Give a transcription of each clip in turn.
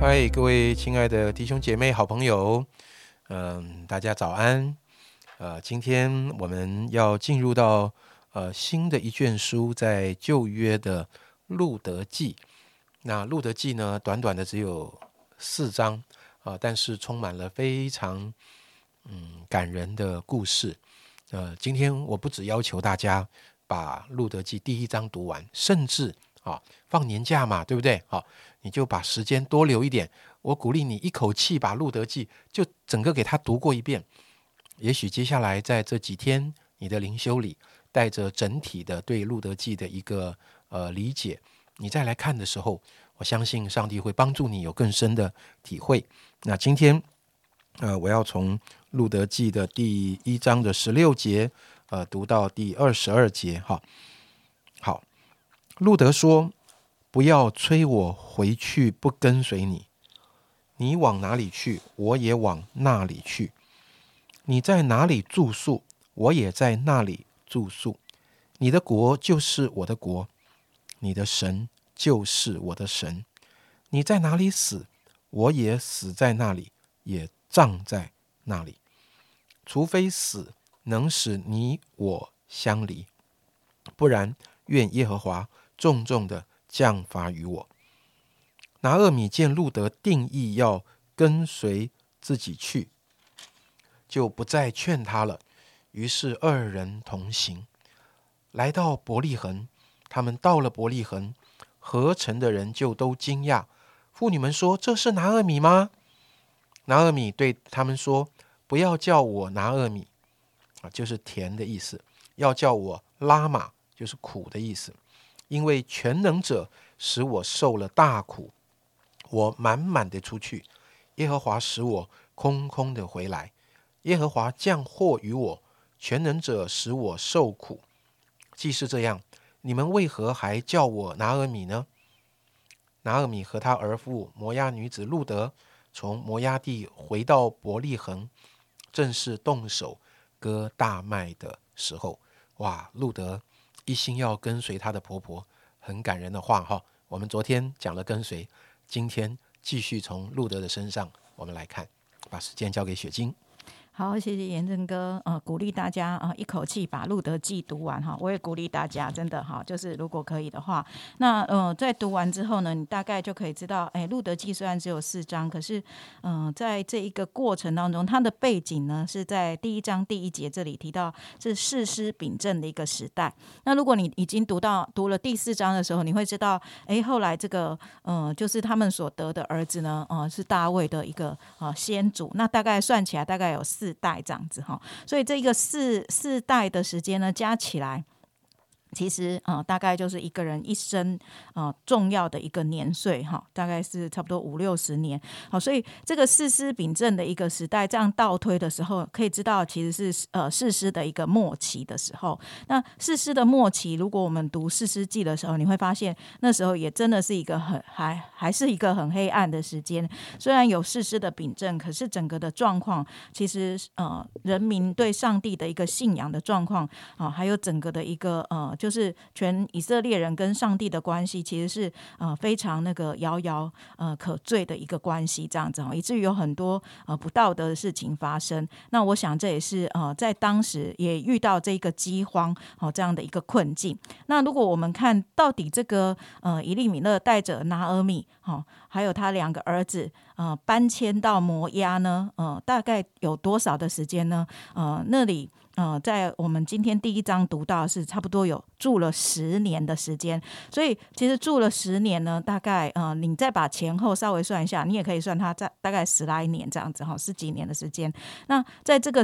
嗨，各位亲爱的弟兄姐妹、好朋友，大家早安。今天我们要进入到新的一卷书，在旧约的路德记。那路德记呢，短短的只有4章但是充满了非常感人的故事。今天我不只要求大家把路德记第1章读完，甚至放年假嘛，对不对？你就把时间多留一点，我鼓励你一口气把路德记就整个给他读过一遍。也许接下来在这几天你的灵修里，带着整体的对路德记的一个理解，你再来看的时候，我相信上帝会帮助你有更深的体会。那今天我要从路德记的第1章的16节读到第22节。好，路德说，不要催我回去不跟随你，你往哪里去，我也往那里去。你在哪里住宿，我也在那里住宿。你的国就是我的国，你的神就是我的神。你在哪里死，我也死在那里，也葬在那里。除非死能使你我相离，不然愿耶和华重重的降罚于我。拿俄米见路德定义要跟随自己去，就不再劝他了。于是2人同行，来到伯利恒。他们到了伯利恒，合城的人就都惊讶。妇女们说，这是拿俄米吗？拿俄米对他们说，不要叫我拿俄米，就是甜的意思，要叫我拉玛，就是苦的意思。因为全能者使我受了大苦，我满满的出去，耶和华使我空空的回来。耶和华降祸于我，全能者使我受苦。既是这样，你们为何还叫我拿俄米呢？拿俄米和他儿妇摩押女子路德从摩押地回到伯利恒，正是动手割大麦的时候。哇，路德一心要跟随他的婆婆，很感人的话哈。我们昨天讲了跟随，今天继续从路德的身上我们来看，把时间交给雪晶。 好，谢谢延正哥，鼓励大家一口气把路德记读完哈。我也鼓励大家，真的哈，就是如果可以的话，那在读完之后呢，你大概就可以知道，路德记虽然只有4章，可是在这一个过程当中，它的背景呢是在第1章第1节这里提到是士师秉政的一个时代。那如果你已经读了第4章的时候，你会知道，后来这个就是他们所得的儿子呢，是大卫的一个先祖。那大概算起来，大概有4代这样子哈，所以这个四代的时间呢，加起来，其实大概就是一个人一生重要的一个年岁哈，大概是差不多50-60年。好，所以这个士师秉政的一个时代，这样倒推的时候，可以知道其实是士师的一个末期的时候。那士师的末期，如果我们读士师记的时候，你会发现那时候也真的是一个还是一个很黑暗的时间。虽然有士师的秉政，可是整个的状况，其实人民对上帝的一个信仰的状况还有整个的一个就是全以色列人跟上帝的关系，其实是非常那个遥遥可坠的一个关系，这样子以至于有很多不道德的事情发生。那我想这也是在当时也遇到这个饥荒这样的一个困境。那如果我们看到底这个以利米勒带着拿俄米还有他2个儿子搬迁到摩押呢，大概有多少的时间呢？那里在我们今天第1章读到是差不多有住了10年的时间。所以其实住了10年呢，大概你再把前后稍微算一下，你也可以算它在大概10来年这样子10几年的时间。那在这个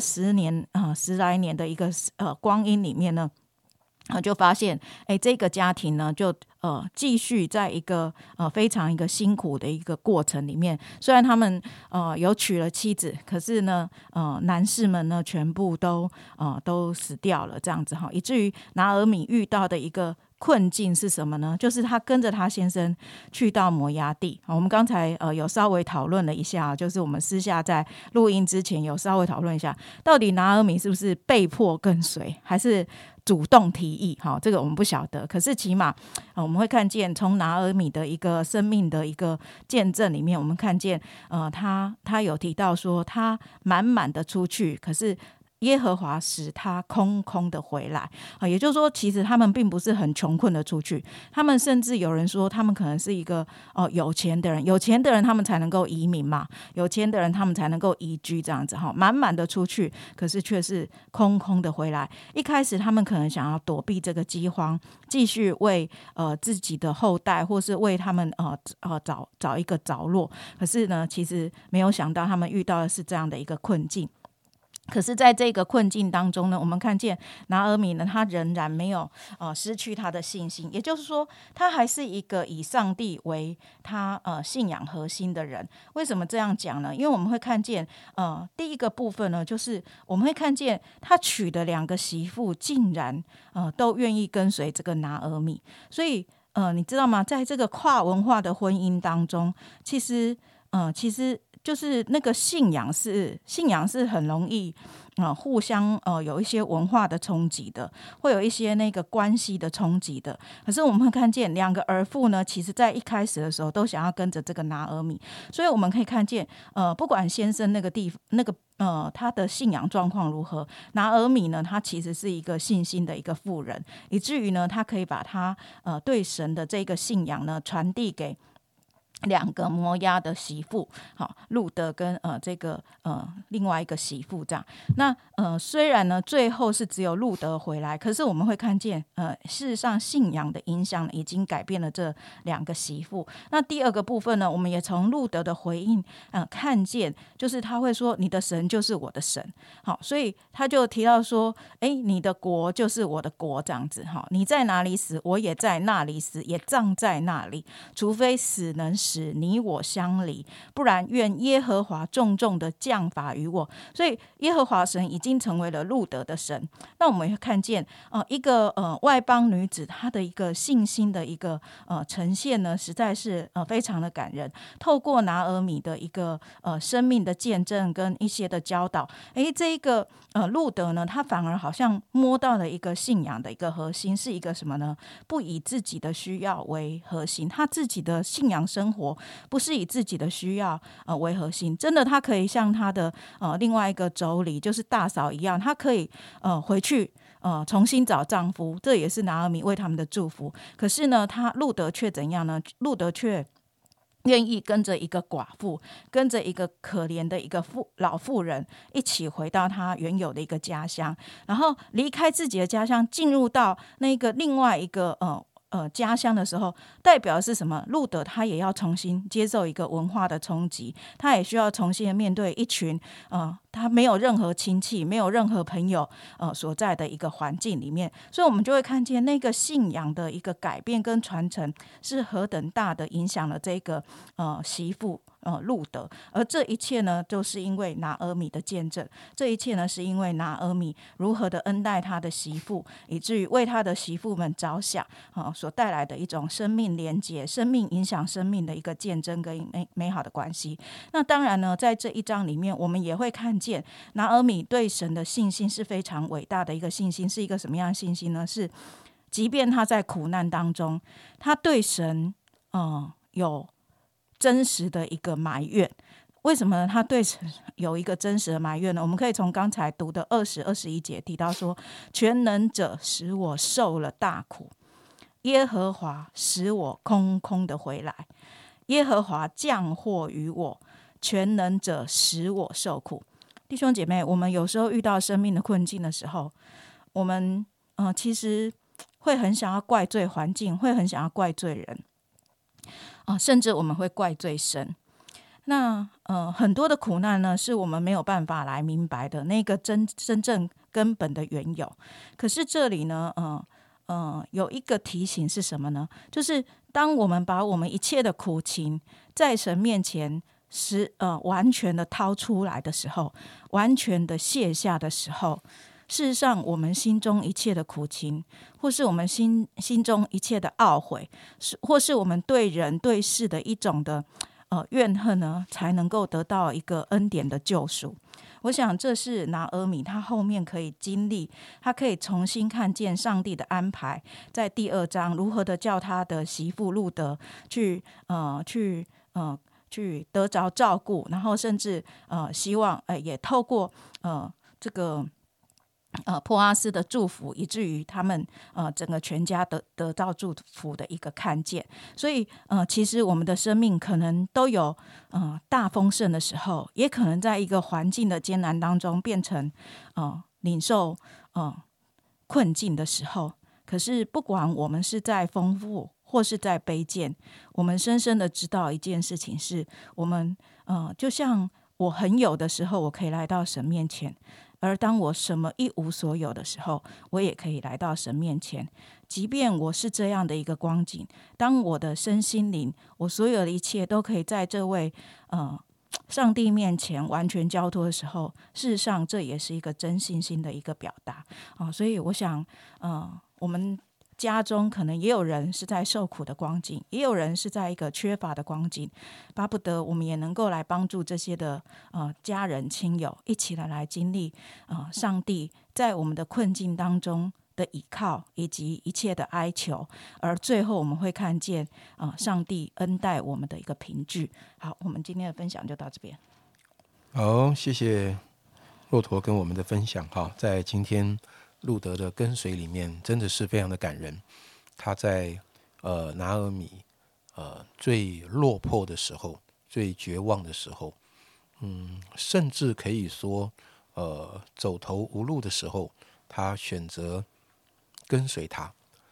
10来年的一个光阴里面呢，就发现这个家庭呢就继续在一个非常一个辛苦的一个过程里面。虽然他们有娶了妻子，可是呢男士们呢全部都死掉了这样子以至于拿俄米遇到的一个困境是什么呢？就是他跟着他先生去到摩押地。我们刚才有稍微讨论了一下，就是我们私下在录音之前有稍微讨论一下，到底拿俄米是不是被迫跟随，还是主动提议？这个我们不晓得。可是起码我们会看见，从拿俄米的一个生命的一个见证里面，我们看见他有提到说，他满满的出去，可是耶和华使他空空的回来。也就是说，其实他们并不是很穷困的出去，他们甚至有人说他们可能是一个有钱的人，有钱的人他们才能够移民嘛，有钱的人他们才能够移居这样子，满满的出去，可是却是空空的回来。一开始他们可能想要躲避这个饥荒，继续为自己的后代或是为他们找一个着落，可是呢，其实没有想到他们遇到的是这样的一个困境。可是在这个困境当中呢，我们看见拿俄米呢，他仍然没有失去他的信心，也就是说，他还是一个以上帝为他信仰核心的人。为什么这样讲呢？因为我们会看见第一个部分呢，就是我们会看见他娶的2个媳妇竟然都愿意跟随这个拿俄米。所以你知道吗？在这个跨文化的婚姻当中，其实就是那个信仰是很容易互相有一些文化的冲击的，会有一些那个关系的冲击的。可是我们会看见2个儿妇呢，其实在一开始的时候都想要跟着这个拿俄米，所以我们可以看见不管先生他的信仰状况如何，拿俄米呢，他其实是一个信心的一个妇人，以至于呢，他可以把他对神的这个信仰呢传递给2个摩押的媳妇，路德跟这个另外一个媳妇这样。那虽然呢最后是只有路德回来，可是我们会看见事实上信仰的影响已经改变了这2个媳妇。那第二个部分呢，我们也从路德的回应看见，就是他会说你的神就是我的神。好，所以他就提到说你的国就是我的国这样子。你在哪里死，我也在那里死，也葬在那里，除非死能使你我相离，不然愿耶和华重重的降罚于我。所以耶和华神已经成为了路德的神。那我们会看见一个外邦女子她的一个信心的一个呈现呢，实在是非常的感人。透过拿俄米的一个生命的见证跟一些的教导，这一个路德呢，他反而好像摸到了一个信仰的一个核心，是一个什么呢？不以自己的需要为核心，他自己的信仰生活不是以自己的需要为核心。真的他可以像他的另外一个妯娌就是大嫂一样，他可以回去重新找丈夫，这也是拿俄米为他们的祝福。可是呢，路德却怎样呢？路德却愿意跟着一个寡妇，跟着一个可怜的一个老妇人一起回到他原有的一个家乡，然后离开自己的家乡，进入到那个另外一个家乡的时候，代表的是什么？路德他也要重新接受一个文化的冲击，他也需要重新的面对一群他没有任何亲戚，没有任何朋友所在的一个环境里面。所以我们就会看见那个信仰的一个改变跟传承是何等大的影响了这个媳妇路德。而这一切呢，就是因为拿俄米的见证，这一切呢，是因为拿俄米如何的恩待他的媳妇，以至于为他的媳妇们着想所带来的一种生命连结、生命影响生命的一个见证跟美好的关系。那当然呢，在这一章里面，我们也会看见拿俄米对神的信心是非常伟大的一个信心。是一个什么样的信心呢？是即便他在苦难当中，他对神有真实的一个埋怨。为什么他对神有一个真实的埋怨呢？我们可以从刚才读的20、21节提到说，全能者使我受了大苦，耶和华使我空空的回来，耶和华降祸于我，全能者使我受苦。弟兄姐妹，我们有时候遇到生命的困境的时候，我们其实会很想要怪罪环境，会很想要怪罪人甚至我们会怪罪神。那很多的苦难呢，是我们没有办法来明白的那个真正根本的缘由。可是这里呢有一个提醒是什么呢？就是当我们把我们一切的苦情在神面前完全的掏出来的时候，完全的卸下的时候， 事实上我们心中一切的苦情，或是我们心中一切的懊悔，或是我们对人对事的一种的怨恨呢，才能够得到一个恩典的救赎。我想这是拿俄米他后面可以经历，他可以重新看见上帝的安排，在第2章如何的叫他的媳妇路德去得着照顾，然后甚至希望也透过这个波阿斯的祝福，以至于他们整个全家得到祝福的一个看见。所以其实我们的生命可能都有大丰盛的时候，也可能在一个环境的艰难当中变成领受困境的时候。可是不管我们是在丰富或是在卑贱，我们深深的知道一件事情是，我们就像我很有的时候，我可以来到神面前，而当我什么一无所有的时候，我也可以来到神面前。即便我是这样的一个光景，当我的身心灵，我所有的一切都可以在这位上帝面前完全交托的时候，事实上这也是一个真信心的一个表达所以我想我们家中可能也有人是在受苦的光景，也有人是在一个缺乏的光景，巴不得我们也能够来帮助这些的家人亲友一起来经历上帝在我们的困境当中的倚靠以及一切的哀求，而最后我们会看见上帝恩待我们的一个凭据。好，我们今天的分享就到这边。 好，谢谢骆驼跟我们的分享在今天路德的跟随里面真的是非常的感人。他在拿俄米最落魄的时候，最绝望的时候，甚至可以说走投无路的时候，他选择跟随他。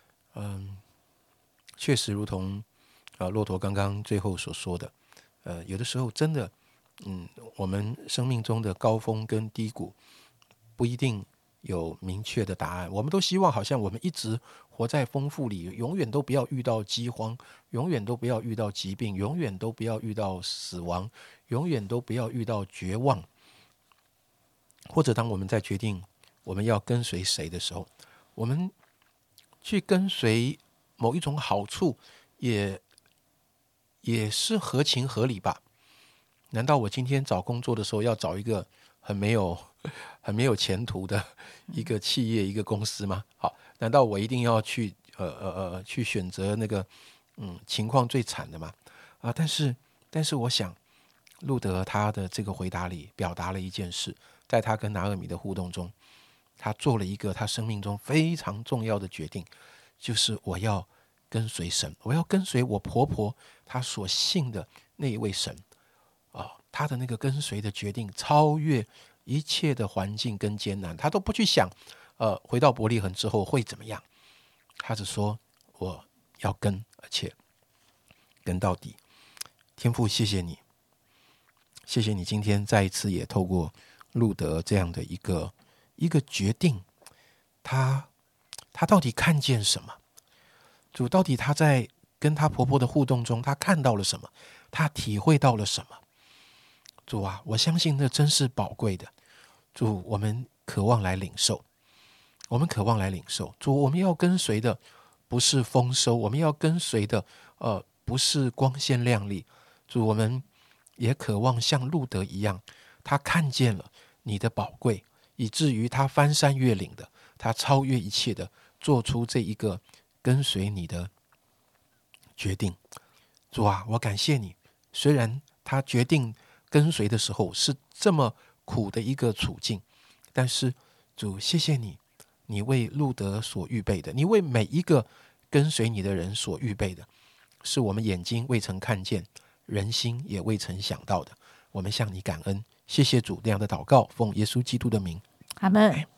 确实如同骆驼刚刚最后所说的，有的时候真的我们生命中的高峰跟低谷不一定有明确的答案。我们都希望好像我们一直活在丰富里，永远都不要遇到饥荒，永远都不要遇到疾病，永远都不要遇到死亡，永远都不要遇到绝望。或者当我们在决定我们要跟随谁的时候，我们去跟随某一种好处也是合情合理吧。难道我今天找工作的时候要找一个很没有前途的一个企业一个公司吗？好，难道我一定要去选择那个情况最惨的吗？但是我想路德他的这个回答里表达了一件事，在他跟拿俄米的互动中，他做了一个他生命中非常重要的决定，就是我要跟随神，我要跟随我婆婆她所信的那一位神他的那个跟随的决定超越一切的环境跟艰难，他都不去想回到伯利恒之后会怎么样，他只说我要跟，而且跟到底。天父，谢谢你，谢谢你今天再一次也透过路德这样的一个决定，他到底看见什么？主，到底他在跟他婆婆的互动中，他看到了什么？他体会到了什么？主啊，我相信那真是宝贵的。主，我们渴望来领受，我们渴望来领受。主，我们要跟随的不是丰收，我们要跟随的不是光鲜亮丽。主，我们也渴望像路德一样，他看见了你的宝贵，以至于他翻山越岭的，他超越一切的做出这一个跟随你的决定。主啊，我感谢你，虽然他决定跟随的时候是这么苦的一个处境，但是主，谢谢你，你为路德所预备的，你为每一个跟随你的人所预备的，是我们眼睛未曾看见，人心也未曾想到的。我们向你感恩，谢谢主这样的祷告，奉耶稣基督的名， 阿们。